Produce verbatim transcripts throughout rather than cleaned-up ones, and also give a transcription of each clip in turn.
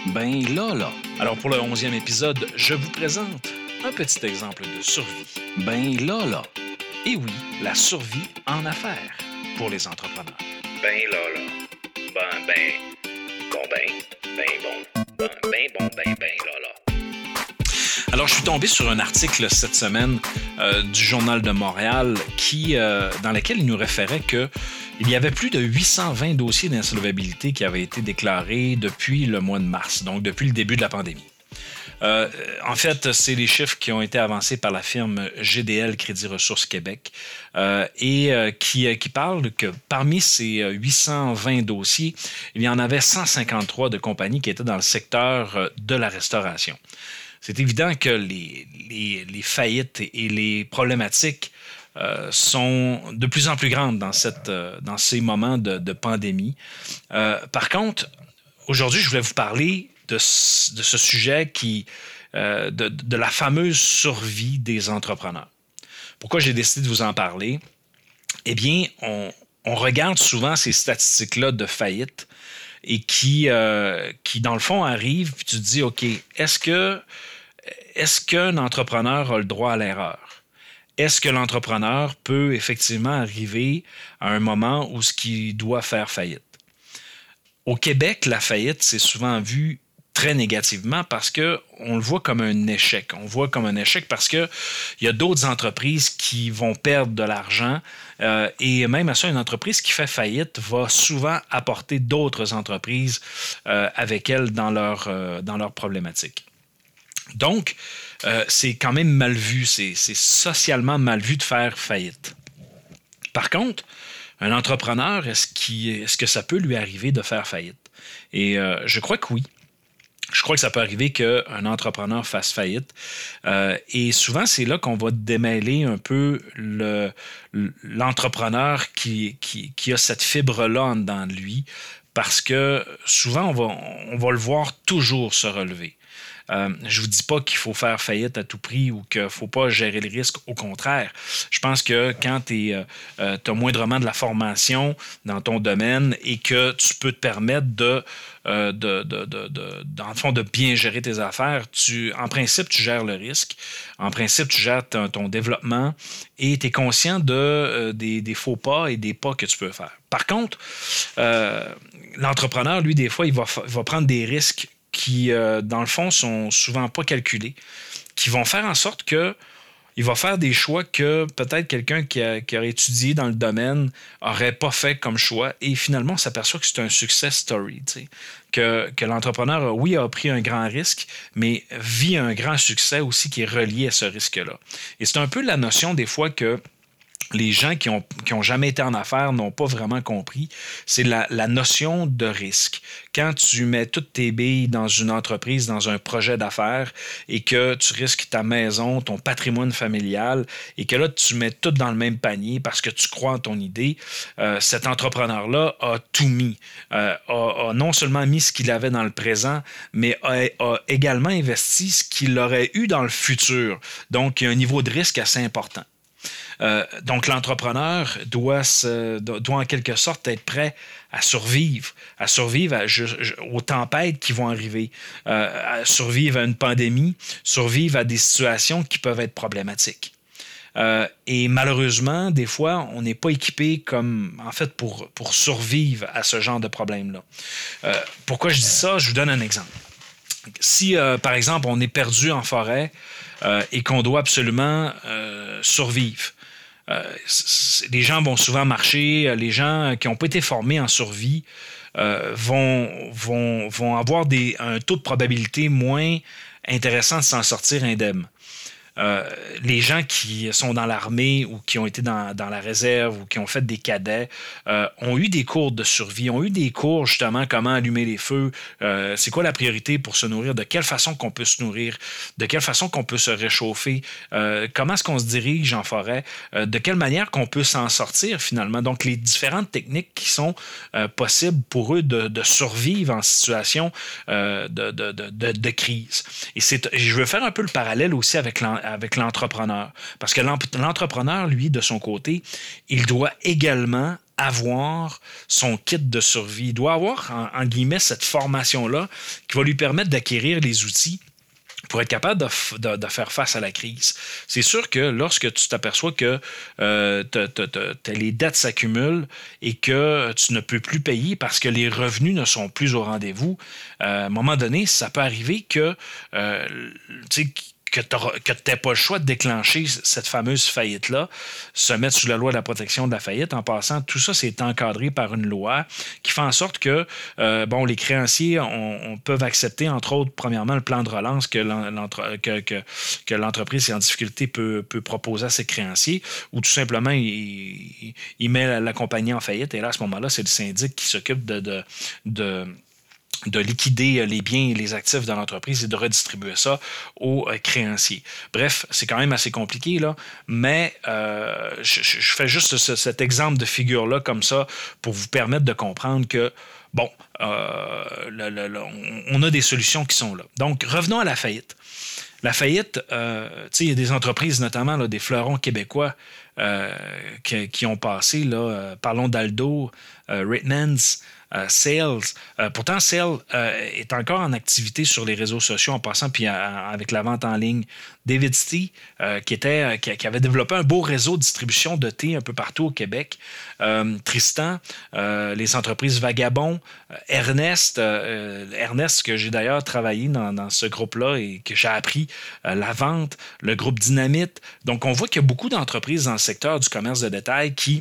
Ben là, là. Alors pour le onzième épisode, je vous présente un petit exemple de survie. Ben là, là. Et oui, la survie en affaires pour les entrepreneurs. Ben là, là. Ben, ben, bon, ben, ben, bon. Ben, ben, bon, ben, ben, là, là. Alors, je suis tombé sur un article cette semaine euh, du Journal de Montréal qui, euh, dans lequel il nous référait que il y avait plus de huit cent vingt dossiers d'insolvabilité qui avaient été déclarés depuis le mois de mars, donc depuis le début de la pandémie. Euh, en fait, c'est les chiffres qui ont été avancés par la firme G D L Crédit Ressources Québec euh, et euh, qui, qui parlent que parmi ces huit cent vingt dossiers, il y en avait cent cinquante-trois de compagnies qui étaient dans le secteur de la restauration. C'est évident que les, les, les faillites et les problématiques euh, sont de plus en plus grandes dans, cette, euh, dans ces moments de, de pandémie. Euh, par contre, aujourd'hui, je voulais vous parler de, de ce sujet qui, euh, de, de la fameuse survie des entrepreneurs. Pourquoi j'ai décidé de vous en parler? Eh bien, on, on regarde souvent ces statistiques-là de faillite et qui, euh, qui, dans le fond, arrivent, puis tu te dis, OK, est-ce que est-ce qu'un entrepreneur a le droit à l'erreur? Est-ce que l'entrepreneur peut effectivement arriver à un moment où ce qu'il doit faire faillite? Au Québec, la faillite, c'est souvent vu très négativement parce qu'on le voit comme un échec. On le voit comme un échec parce qu'il y a d'autres entreprises qui vont perdre de l'argent euh, et même à ça, une entreprise qui fait faillite va souvent apporter d'autres entreprises euh, avec elle dans leur, euh, dans leur problématique. Donc, euh, c'est quand même mal vu, c'est, c'est socialement mal vu de faire faillite. Par contre, un entrepreneur, est-ce, qu'il, est-ce que ça peut lui arriver de faire faillite? Et euh, je crois que oui. Je crois que ça peut arriver qu'un entrepreneur fasse faillite. Euh, et souvent, c'est là qu'on va démêler un peu le, l'entrepreneur qui, qui, qui a cette fibre-là en dedans de lui, parce que souvent, on va, on va le voir toujours se relever. Euh, je ne vous dis pas qu'il faut faire faillite à tout prix ou qu'il ne faut pas gérer le risque. Au contraire, je pense que quand tu euh, as moindrement de la formation dans ton domaine et que tu peux te permettre de, euh, de, de, de, de, dans le fond, de bien gérer tes affaires, tu, en principe, tu gères le risque. En principe, tu gères ton, ton développement et tu es conscient de, euh, des, des faux pas et des pas que tu peux faire. Par contre, euh, l'entrepreneur, lui, des fois, il va, il va prendre des risques qui, euh, dans le fond, sont souvent pas calculés, qui vont faire en sorte que il va faire des choix que peut-être quelqu'un qui, a, qui aurait étudié dans le domaine n'aurait pas fait comme choix. Et finalement, on s'aperçoit que c'est un success story. Tu sais, que, que l'entrepreneur, oui, a pris un grand risque, mais vit un grand succès aussi qui est relié à ce risque-là. Et c'est un peu la notion des fois que les gens qui ont, qui ont jamais été en affaires n'ont pas vraiment compris, c'est la, la notion de risque. Quand tu mets toutes tes billes dans une entreprise, dans un projet d'affaires, et que tu risques ta maison, ton patrimoine familial, et que là, tu mets tout dans le même panier parce que tu crois en ton idée, euh, cet entrepreneur-là a tout mis. Euh, a, a non seulement mis ce qu'il avait dans le présent, mais a, a également investi ce qu'il aurait eu dans le futur. Donc, il y a un niveau de risque assez important. Euh, donc, l'entrepreneur doit, se, doit en quelque sorte être prêt à survivre, à survivre à, je, je, aux tempêtes qui vont arriver, euh, à survivre à une pandémie, survivre à des situations qui peuvent être problématiques. Euh, et malheureusement, des fois, on n'est pas équipé comme, en fait, pour, pour survivre à ce genre de problème-là. Euh, pourquoi je dis ça? Je vous donne un exemple. Si, euh, par exemple, on est perdu en forêt euh, et qu'on doit absolument euh, survivre, euh, les gens vont souvent marcher, les gens qui n'ont pas été formés en survie euh, vont, vont, vont avoir des, un taux de probabilité moins intéressant de s'en sortir indemne. Euh, les gens qui sont dans l'armée ou qui ont été dans, dans la réserve ou qui ont fait des cadets euh, ont eu des cours de survie, ont eu des cours justement comment allumer les feux, euh, c'est quoi la priorité pour se nourrir, de quelle façon qu'on peut se nourrir, de quelle façon qu'on peut se réchauffer, euh, comment est-ce qu'on se dirige en forêt, euh, de quelle manière qu'on peut s'en sortir finalement. Donc les différentes techniques qui sont euh, possibles pour eux de, de survivre en situation euh, de, de, de, de, de crise. Et c'est, je veux faire un peu le parallèle aussi avec l'en avec l'entrepreneur. Parce que l'entrepreneur, lui, de son côté, il doit également avoir son kit de survie. Il doit avoir, en, en guillemets, cette formation-là qui va lui permettre d'acquérir les outils pour être capable de, de, de faire face à la crise. C'est sûr que lorsque tu t'aperçois que euh, t, t, t, t, les dettes s'accumulent et que tu ne peux plus payer parce que les revenus ne sont plus au rendez-vous, euh, à un moment donné, ça peut arriver que euh, tu sais, que tu n'aies pas le choix de déclencher cette fameuse faillite-là, se mettre sous la loi de la protection de la faillite. En passant, tout ça, c'est encadré par une loi qui fait en sorte que euh, bon, les créanciers on, on peuvent accepter, entre autres, premièrement, le plan de relance que, l'entre, que, que, que l'entreprise qui est en difficulté peut, peut proposer à ses créanciers, ou tout simplement, il, il, il met la, la compagnie en faillite, et là, à ce moment-là, c'est le syndic qui s'occupe de... de, de de liquider les biens et les actifs de l'entreprise et de redistribuer ça aux créanciers. Bref, c'est quand même assez compliqué, là, mais euh, je, je fais juste ce, cet exemple de figure-là comme ça pour vous permettre de comprendre que, bon, euh, le, le, le, on a des solutions qui sont là. Donc, revenons à la faillite. La faillite, euh, tu sais, il y a des entreprises, notamment là, des fleurons québécois euh, qui, qui ont passé, là, euh, parlons d'Aldo, euh, Ritmans, Euh, Sales. Euh, pourtant, Sales euh, est encore en activité sur les réseaux sociaux en passant, puis euh, avec la vente en ligne. David Stee, euh, qui, était, euh, qui, qui avait développé un beau réseau de distribution de thé un peu partout au Québec. Euh, Tristan, euh, les entreprises Vagabond, euh, Ernest, euh, Ernest, que j'ai d'ailleurs travaillé dans, dans ce groupe-là et que j'ai appris euh, la vente, le groupe Dynamite. Donc, on voit qu'il y a beaucoup d'entreprises dans le secteur du commerce de détail qui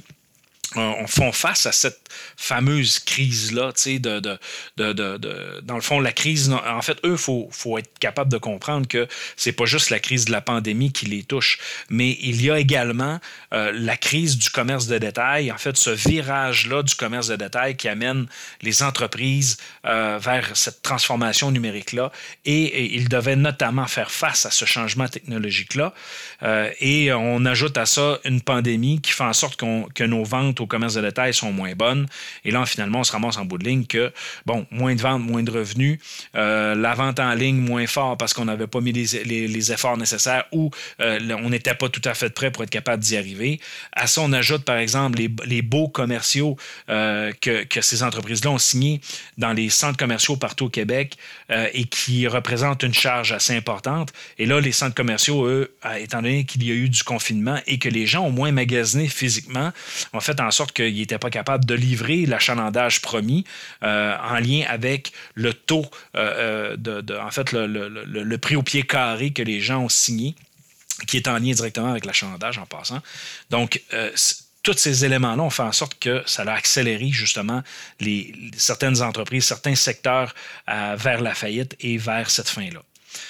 on font face à cette fameuse crise-là, tu sais, de, de, de, de, de, dans le fond, la crise, en fait, eux, il faut, faut être capable de comprendre que c'est pas juste la crise de la pandémie qui les touche, mais il y a également euh, la crise du commerce de détail, en fait, ce virage-là du commerce de détail qui amène les entreprises euh, vers cette transformation numérique-là, et, et ils devaient notamment faire face à ce changement technologique-là, euh, et on ajoute à ça une pandémie qui fait en sorte qu'on, que nos ventes au commerce de détail sont moins bonnes. Et là, finalement, on se ramasse en bout de ligne que, bon, moins de ventes, moins de revenus, euh, la vente en ligne moins fort parce qu'on n'avait pas mis les, les, les efforts nécessaires ou euh, on n'était pas tout à fait prêt pour être capable d'y arriver. À ça, on ajoute, par exemple, les, les baux commerciaux euh, que, que ces entreprises-là ont signés dans les centres commerciaux partout au Québec euh, et qui représentent une charge assez importante. Et là, les centres commerciaux, eux, étant donné qu'il y a eu du confinement et que les gens ont moins magasiné physiquement, ont fait en sorte qu'ils n'étaient pas capables de livrer l'achalandage promis euh, en lien avec le taux, euh, de, de, en fait, le, le, le, le prix au pied carré que les gens ont signé, qui est en lien directement avec l'achalandage en passant. Donc, euh, tous ces éléments-là ont fait en sorte que ça a accéléré justement les, certaines entreprises, certains secteurs euh, vers la faillite et vers cette fin-là.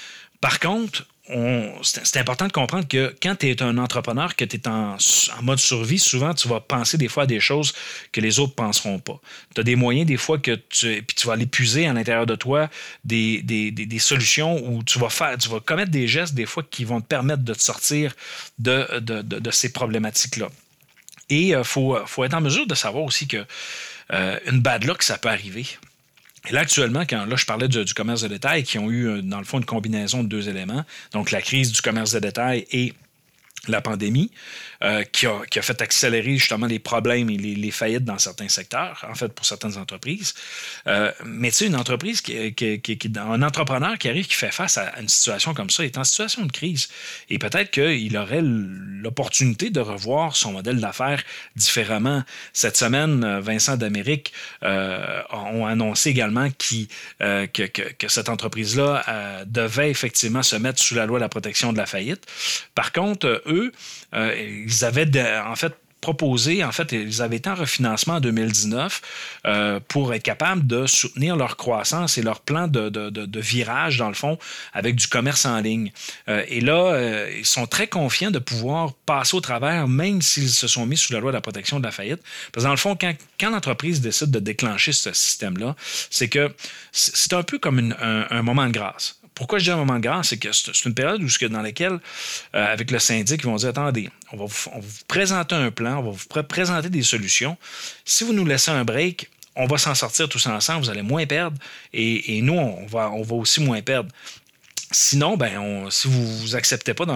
Par contre, On, c'est, c'est important de comprendre que quand tu es un entrepreneur, que tu es en, en mode survie, souvent tu vas penser des fois à des choses que les autres ne penseront pas. Tu as des moyens des fois que tu, puis tu vas aller puiser à l'intérieur de toi des, des, des, des solutions où tu vas faire, tu vas commettre des gestes des fois qui vont te permettre de te sortir de, de, de, de ces problématiques-là. Et il euh, faut, faut être en mesure de savoir aussi que euh, une bad luck, ça peut arriver. Et là, actuellement, quand là, je parlais du, du commerce de détail, qui ont eu, dans le fond, une combinaison de deux éléments, donc la crise du commerce de détail et la pandémie, euh, qui, a, qui a fait accélérer justement les problèmes et les, les faillites dans certains secteurs, en fait, pour certaines entreprises. Euh, mais tu sais, une entreprise, qui, qui, qui, qui, un entrepreneur qui arrive, qui fait face à une situation comme ça, est en situation de crise. Et peut-être qu'il aurait l'opportunité de revoir son modèle d'affaires différemment. Cette semaine, Vincent d'Amérique euh, ont annoncé également qui, euh, que, que, que cette entreprise-là euh, devait effectivement se mettre sous la loi de la protection de la faillite. Par contre, eux, euh, ils avaient de, en fait proposé, en fait, ils avaient été en refinancement en deux mille dix-neuf euh, pour être capables de soutenir leur croissance et leur plan de, de, de, de virage, dans le fond, avec du commerce en ligne. Euh, et là, euh, ils sont très confiants de pouvoir passer au travers, même s'ils se sont mis sous la loi de la protection de la faillite. Parce que dans le fond, quand, quand l'entreprise décide de déclencher ce système-là, c'est que c'est un peu comme une, un, un moment de grâce. Pourquoi je dis un moment de grâce? C'est que c'est une période où, dans laquelle, euh, avec le syndic, ils vont dire, attendez, on va, vous, on va vous présenter un plan, on va vous pr- présenter des solutions. Si vous nous laissez un break, on va s'en sortir tous ensemble, vous allez moins perdre, et, et nous, on va, on va aussi moins perdre. Sinon, ben, on, si vous n'acceptez pas, dans le fond, de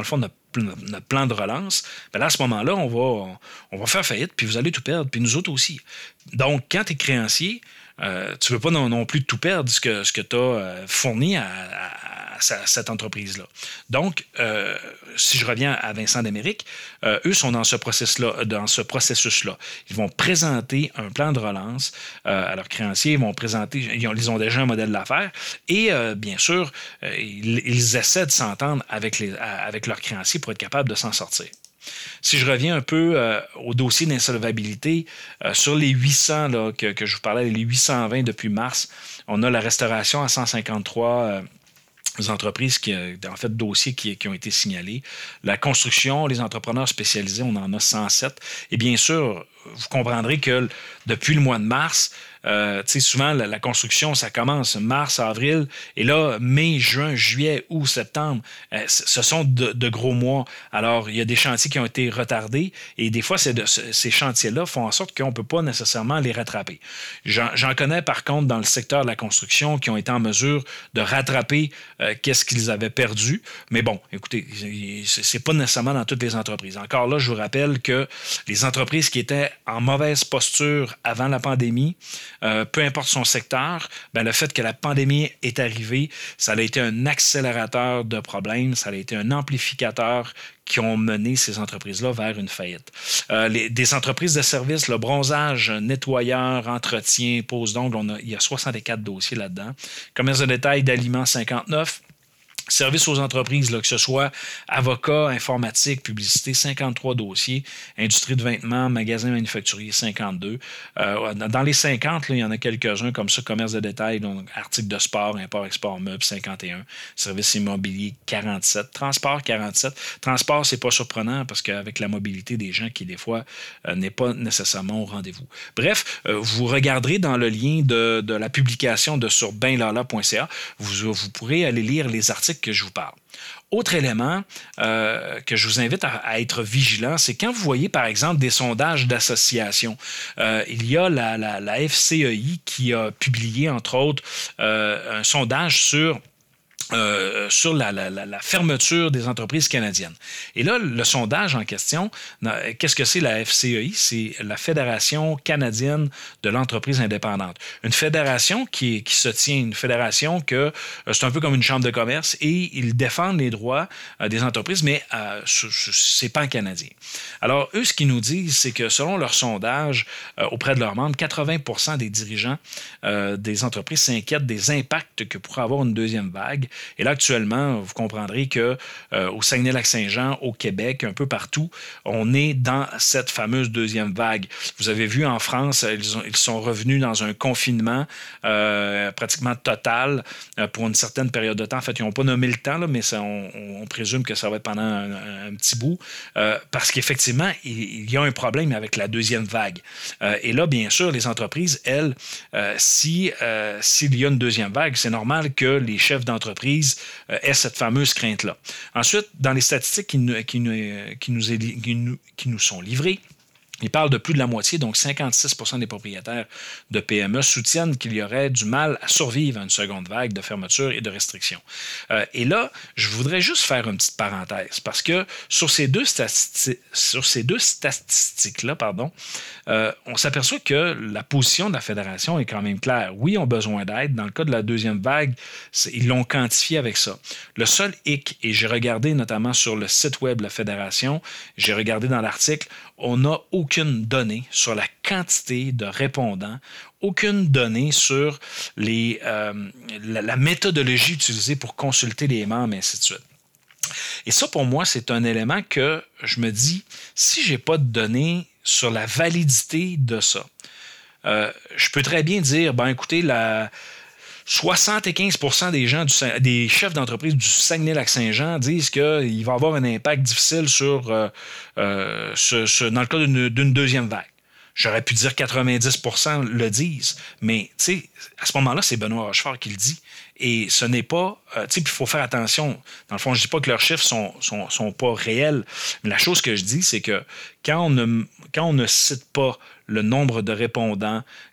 notre plan de relance, bien là, à ce moment-là, on va, on va faire faillite, puis vous allez tout perdre, puis nous autres aussi. Donc, quand tu es créancier, euh, tu ne veux pas non, non plus tout perdre ce que, ce que tu as euh, fourni à, à, à cette entreprise-là. Donc, euh, si je reviens à Vincent d'Amérique, euh, eux sont dans ce processus-là, dans ce processus-là. Ils vont présenter un plan de relance euh, à leurs créanciers, ils vont présenter, ils ont, ils ont déjà un modèle d'affaires, et euh, bien sûr, euh, ils, ils essaient de s'entendre avec, les, avec leurs créanciers pour être capables de s'en sortir. Si je reviens un peu euh, au dossier d'insolvabilité, euh, sur les huit cents là, que, que je vous parlais, les huit cent vingt depuis mars, on a la restauration à cent cinquante-trois euh, entreprises, qui, en fait, dossiers qui, qui ont été signalés. La construction, les entrepreneurs spécialisés, on en a cent sept. Et bien sûr, vous comprendrez que depuis le mois de mars, Euh, tu sais, souvent, la, la construction, ça commence mars, avril, et là, mai, juin, juillet, août, septembre, euh, ce sont de, de gros mois. Alors, il y a des chantiers qui ont été retardés, et des fois, c'est de, ces chantiers-là font en sorte qu'on ne peut pas nécessairement les rattraper. J'en, j'en connais, par contre, dans le secteur de la construction, qui ont été en mesure de rattraper euh, qu'est-ce qu'ils avaient perdu. Mais bon, écoutez, c'est, c'est pas nécessairement dans toutes les entreprises. Encore là, je vous rappelle que les entreprises qui étaient en mauvaise posture avant la pandémie, Euh, peu importe son secteur, ben, le fait que la pandémie est arrivée, ça a été un accélérateur de problèmes, ça a été un amplificateur qui ont mené ces entreprises-là vers une faillite. Euh, les, des entreprises de services, le bronzage, nettoyeur, entretien, pose d'ongles, on a, il y a soixante-quatre dossiers là-dedans. Commerce de détail d'aliments, cinquante-neuf. Services aux entreprises, là, que ce soit avocat, informatique, publicité, cinquante-trois dossiers. Industrie de vêtements, magasins manufacturiers, cinquante-deux. Euh, dans les cinquante, là, il y en a quelques-uns comme ça. Commerce de détail, donc articles de sport, import, export, meubles, cinquante et un. Services immobiliers, quarante-sept. Transport, quarante-sept. Transport, c'est pas surprenant parce qu'avec la mobilité des gens qui, des fois, euh, n'est pas nécessairement au rendez-vous. Bref, euh, vous regarderez dans le lien de, de la publication de sur benlala point c a, vous, vous pourrez aller lire les articles que je vous parle. Autre élément euh, que je vous invite à, à être vigilant, c'est quand vous voyez, par exemple, des sondages d'associations. Euh, il y a la, la, la F C E I qui a publié, entre autres, euh, un sondage sur Euh, sur la, la, la fermeture des entreprises canadiennes. Et là, le sondage en question, qu'est-ce que c'est la F C E I? C'est la Fédération canadienne de l'entreprise indépendante. Une fédération qui, qui se tient, une fédération que euh, c'est un peu comme une chambre de commerce et ils défendent les droits euh, des entreprises, mais euh, c'est pas canadien. Alors, eux, ce qu'ils nous disent, c'est que selon leur sondage euh, auprès de leurs membres, quatre-vingts pour cent des dirigeants euh, des entreprises s'inquiètent des impacts que pourrait avoir une deuxième vague. Et là, actuellement, vous comprendrez que euh, au Saguenay-Lac-Saint-Jean, au Québec, un peu partout, on est dans cette fameuse deuxième vague. Vous avez vu en France, ils, ont, ils sont revenus dans un confinement euh, pratiquement total euh, pour une certaine période de temps. En fait, ils n'ont pas nommé le temps, là, mais ça, on, on présume que ça va être pendant un, un, un petit bout, euh, parce qu'effectivement, il, il y a un problème avec la deuxième vague. Euh, et là, bien sûr, les entreprises, elles, euh, si, euh, s'il y a une deuxième vague, c'est normal que les chefs d'entreprise euh, aient cette fameuse crainte-là. Ensuite, dans les statistiques qui nous, qui nous, qui nous, est, qui nous, qui nous sont livrées, il parle de plus de la moitié, donc cinquante-six pour cent des propriétaires de P M E soutiennent qu'il y aurait du mal à survivre à une seconde vague de fermeture et de restrictions. Euh, et là, je voudrais juste faire une petite parenthèse, parce que sur ces deux, statisti- sur ces deux statistiques-là, pardon, euh, on s'aperçoit que la position de la Fédération est quand même claire. Oui, ils ont besoin d'aide. Dans le cas de la deuxième vague, ils l'ont quantifié avec ça. Le seul hic, et j'ai regardé notamment sur le site web de la Fédération, j'ai regardé dans l'article, on n'a aucune donnée sur la quantité de répondants, aucune donnée sur les, euh, la, la méthodologie utilisée pour consulter les membres, et ainsi de suite. Et ça, pour moi, c'est un élément que je me dis, si je n'ai pas de données sur la validité de ça, euh, je peux très bien dire, ben écoutez, la... soixante-quinze pour cent des gens, du, des chefs d'entreprise du Saguenay-Lac-Saint-Jean disent qu'il va y avoir un impact difficile sur, euh, euh, sur, sur, dans le cas d'une, d'une deuxième vague. J'aurais pu dire quatre-vingt-dix pour cent le disent, mais à ce moment-là, c'est Benoît Rochefort qui le dit. Et ce n'est pas... Euh, il faut faire attention. Dans le fond, je ne dis pas que leurs chiffres sont, sont, sont pas réels, mais la chose que je dis, c'est que quand on ne, quand on ne cite pas le nombre de répondants,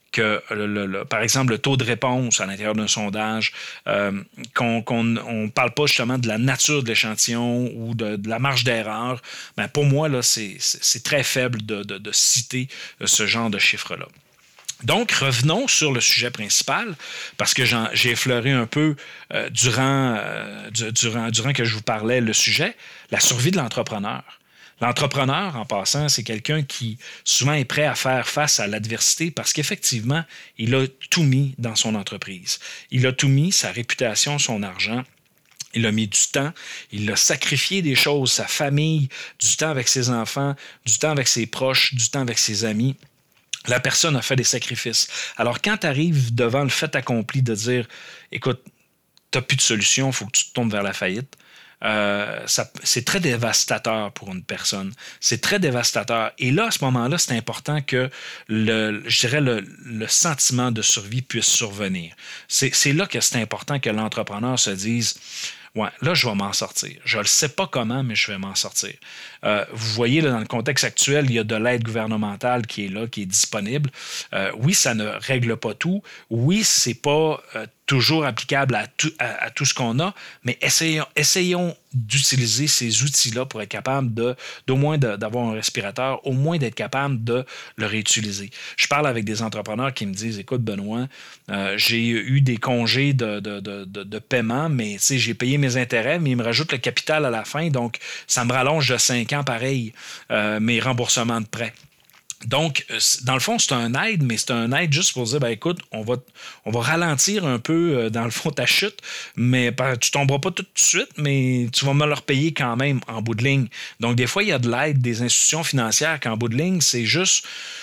que, le, le, le, par exemple, le taux de réponse à l'intérieur d'un sondage, euh, qu'on ne parle pas justement de la nature de l'échantillon ou de, de la marge d'erreur, ben pour moi, là, c'est, c'est très faible de, de, de citer ce genre de chiffres-là. Donc, revenons sur le sujet principal, parce que j'ai effleuré un peu euh, durant, euh, durant, durant que je vous parlais le sujet, la survie de l'entrepreneur. L'entrepreneur, en passant, c'est quelqu'un qui souvent est prêt à faire face à l'adversité parce qu'effectivement, il a tout mis dans son entreprise. Il a tout mis, sa réputation, son argent. Il a mis du temps, il a sacrifié des choses, sa famille, du temps avec ses enfants, du temps avec ses proches, du temps avec ses amis. La personne a fait des sacrifices. Alors, quand tu arrives devant le fait accompli de dire, écoute, tu n'as plus de solution, il faut que tu te tournes vers la faillite, Euh, ça, c'est très dévastateur pour une personne. C'est très dévastateur. Et là, à ce moment-là, c'est important que le, je dirais le, le sentiment de survie puisse survenir. C'est, c'est là que c'est important que l'entrepreneur se dise ouais, là, je vais m'en sortir. Je ne sais pas comment, mais je vais m'en sortir. Euh, vous voyez, là, dans le contexte actuel, il y a de l'aide gouvernementale qui est là, qui est disponible. Euh, oui, ça ne règle pas tout. Oui, ce n'est pas euh, toujours applicable à tout, à, à tout ce qu'on a, mais essayons, essayons d'utiliser ces outils-là pour être capable de, d'au moins de, d'avoir un respirateur, au moins d'être capable de le réutiliser. Je parle avec des entrepreneurs qui me disent, écoute, Benoît, euh, j'ai eu des congés de, de, de, de, de paiement, mais j'ai payé mes intérêts, mais ils me rajoutent le capital à la fin, donc ça me rallonge de cinq ans pareil, euh, mes remboursements de prêts. Donc, dans le fond, c'est un aide, mais c'est un aide juste pour dire, ben écoute, on va, on va ralentir un peu, dans le fond, ta chute, mais tu tomberas pas tout de suite, mais tu vas me le repayer quand même en bout de ligne. Donc, des fois, il y a de l'aide des institutions financières qu'en bout de ligne, c'est juste...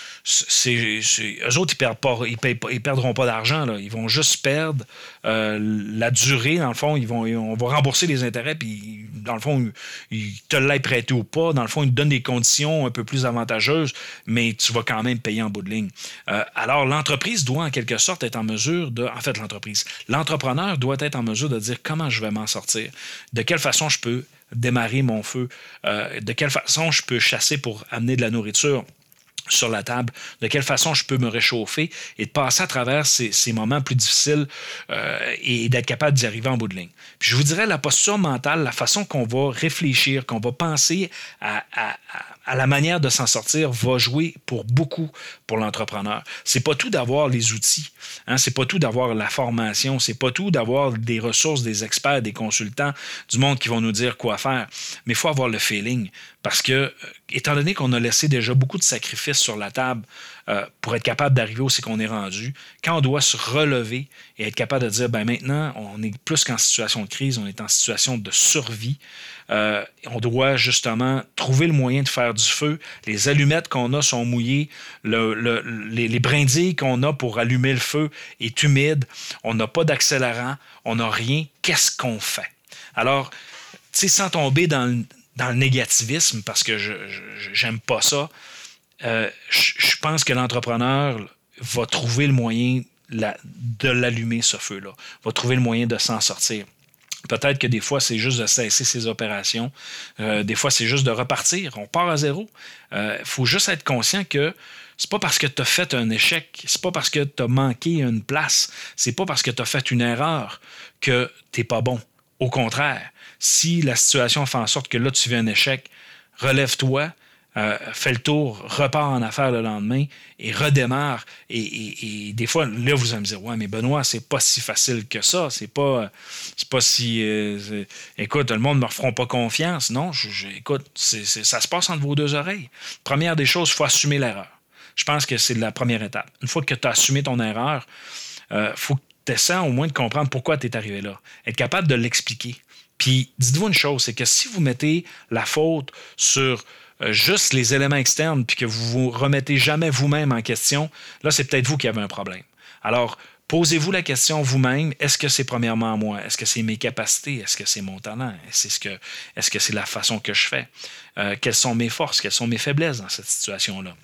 C'est, c'est, eux autres, ils perdent pas, ils payent pas, ils perdront pas d'argent. Là. Ils vont juste perdre euh, la durée. Dans le fond, ils vont, on va rembourser les intérêts, puis dans le fond, ils, ils te l'aient prêté ou pas. Dans le fond, ils te donnent des conditions un peu plus avantageuses, mais tu vas quand même payer en bout de ligne. Euh, alors, l'entreprise doit en quelque sorte être en mesure de... En fait, l'entreprise. L'entrepreneur doit être en mesure de dire comment je vais m'en sortir, de quelle façon je peux démarrer mon feu, euh, de quelle façon je peux chasser pour amener de la nourriture sur la table, de quelle façon je peux me réchauffer et de passer à travers ces, ces moments plus difficiles euh, et d'être capable d'y arriver en bout de ligne. Puis je vous dirais, la posture mentale, la façon qu'on va réfléchir, qu'on va penser à, à, à la manière de s'en sortir va jouer pour beaucoup pour l'entrepreneur. C'est pas tout d'avoir les outils, hein, c'est pas tout d'avoir la formation, c'est pas tout d'avoir des ressources, des experts, des consultants, du monde qui vont nous dire quoi faire, mais il faut avoir le feeling. Parce que, étant donné qu'on a laissé déjà beaucoup de sacrifices sur la table euh, pour être capable d'arriver où c'est qu'on est rendu, quand on doit se relever et être capable de dire, ben maintenant, on est plus qu'en situation de crise, on est en situation de survie, euh, on doit justement trouver le moyen de faire du feu. Les allumettes qu'on a sont mouillées, le, le, les, les brindilles qu'on a pour allumer le feu est humide, on n'a pas d'accélérant, on n'a rien. Qu'est-ce qu'on fait? Alors, tu sais, sans tomber dans le dans le négativisme, parce que je j'aime pas ça, euh, je, je pense que l'entrepreneur va trouver le moyen la, de l'allumer, ce feu-là, va trouver le moyen de s'en sortir. Peut-être que des fois, c'est juste de cesser ses opérations. Euh, des fois, c'est juste de repartir. On part à zéro. Il euh, faut juste être conscient que c'est pas parce que tu as fait un échec, c'est pas parce que tu as manqué une place, c'est pas parce que tu as fait une erreur que tu n'es pas bon. Au contraire, si la situation fait en sorte que là, tu vis un échec, relève-toi, euh, fais le tour, repars en affaires le lendemain et redémarre. Et, et, et des fois, là, vous allez me dire, ouais, mais Benoît, c'est pas si facile que ça. C'est pas, c'est pas si... Euh, c'est, écoute, le monde ne me referont pas confiance. Non, je, je, écoute, c'est, c'est, ça se passe entre vos deux oreilles. Première des choses, il faut assumer l'erreur. Je pense que c'est la première étape. Une fois que tu as assumé ton erreur, il euh, faut que tu essaies au moins de comprendre pourquoi tu es arrivé là. Être capable de l'expliquer. Puis, dites-vous une chose, c'est que si vous mettez la faute sur euh, juste les éléments externes puis que vous vous remettez jamais vous-même en question, là, c'est peut-être vous qui avez un problème. Alors, posez-vous la question vous-même, est-ce que c'est premièrement moi? Est-ce que c'est mes capacités? Est-ce que c'est mon talent? Est-ce, -ce que, est-ce que c'est la façon que je fais? Euh, quelles sont mes forces? Quelles sont mes faiblesses dans cette situation-là?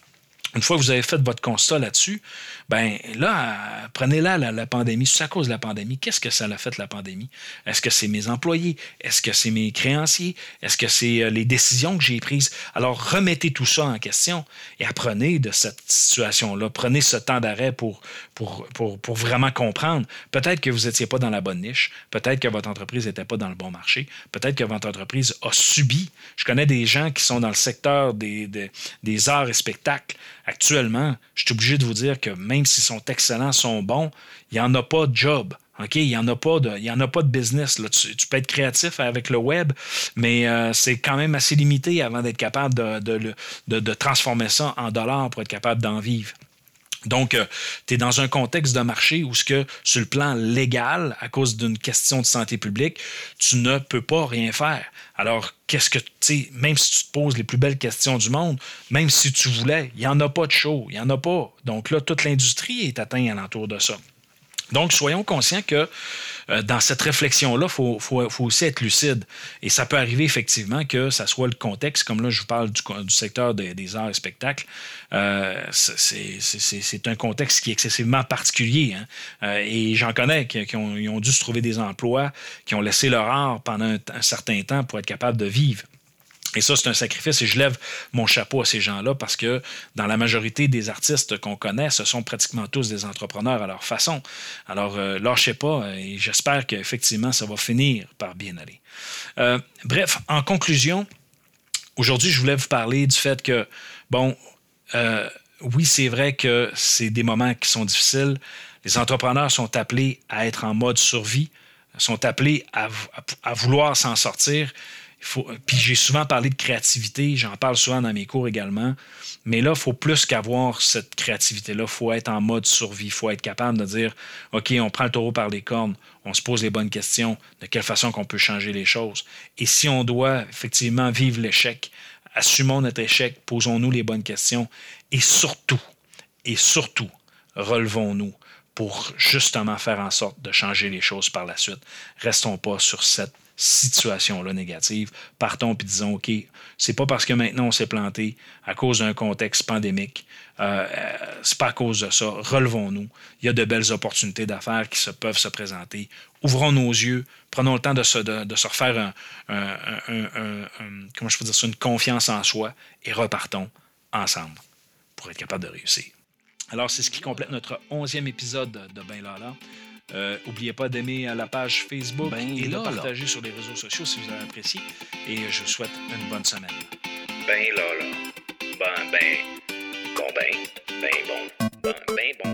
Une fois que vous avez fait votre constat là-dessus, ben là, prenez-la la, la pandémie. C'est à cause de la pandémie. Qu'est-ce que ça l'a fait, la pandémie? Est-ce que c'est mes employés? Est-ce que c'est mes créanciers? Est-ce que c'est les décisions que j'ai prises? Alors, remettez tout ça en question et apprenez de cette situation-là. Prenez ce temps d'arrêt pour, pour, pour, pour vraiment comprendre. Peut-être que vous n'étiez pas dans la bonne niche. Peut-être que votre entreprise n'était pas dans le bon marché. Peut-être que votre entreprise a subi. Je connais des gens qui sont dans le secteur des, des, des arts et spectacles. Actuellement, je suis obligé de vous dire que même s'ils sont excellents, sont bons, il n'y en a pas de job. OK? Il n'y en a pas de, il y en a pas de business. Là. Tu, tu peux être créatif avec le web, mais euh, c'est quand même assez limité avant d'être capable de, de, de, de transformer ça en dollars pour être capable d'en vivre. Donc, euh, tu es dans un contexte de marché où, ce que, sur le plan légal, à cause d'une question de santé publique, tu ne peux pas rien faire. Alors, qu'est-ce que, tu sais, même si tu te poses les plus belles questions du monde, même si tu voulais, il n'y en a pas de show, il n'y en a pas. Donc là, toute l'industrie est atteinte alentour de ça. Donc, soyons conscients que euh, dans cette réflexion-là, il faut, faut, faut aussi être lucide. Et ça peut arriver effectivement que ça soit le contexte, comme là, je vous parle du, du secteur des, des arts et spectacles. Euh, c'est, c'est, c'est un contexte qui est excessivement particulier. Hein? Euh, et j'en connais qui, qui ont, ils ont dû se trouver des emplois, qui ont laissé leur art pendant un, un certain temps pour être capables de vivre. Et ça, c'est un sacrifice et je lève mon chapeau à ces gens-là parce que dans la majorité des artistes qu'on connaît, ce sont pratiquement tous des entrepreneurs à leur façon. Alors, euh, lâchez pas et j'espère qu'effectivement, ça va finir par bien aller. Euh, bref, en conclusion, aujourd'hui, je voulais vous parler du fait que, bon, euh, oui, c'est vrai que c'est des moments qui sont difficiles. Les entrepreneurs sont appelés à être en mode survie, sont appelés à, à, à vouloir s'en sortir. Il faut, puis j'ai souvent parlé de créativité, j'en parle souvent dans mes cours également, mais là, il faut plus qu'avoir cette créativité-là. Il faut être en mode survie, il faut être capable de dire « OK, on prend le taureau par les cornes, on se pose les bonnes questions, de quelle façon qu'on peut changer les choses. Et si on doit effectivement vivre l'échec, assumons notre échec, posons-nous les bonnes questions et surtout, et surtout, relevons-nous pour justement faire en sorte de changer les choses par la suite. Restons pas sur cette situation-là négative. Partons et disons, OK, c'est pas parce que maintenant on s'est planté à cause d'un contexte pandémique, euh, c'est pas à cause de ça. Relevons-nous. Il y a de belles opportunités d'affaires qui se, peuvent se présenter. Ouvrons nos yeux, prenons le temps de se, de, de se refaire un, un, un, un, un, comment je peux dire ça, une confiance en soi et repartons ensemble pour être capable de réussir. Alors, c'est ce qui complète notre onzième épisode de Ben Lala. Euh, N'oubliez pas d'aimer la page Facebook ben et là, de partager là. Sur les réseaux sociaux si vous avez apprécié. Et je vous souhaite une bonne semaine. Ben Lala. Ben, ben, bon, ben, ben bon, ben, ben bon.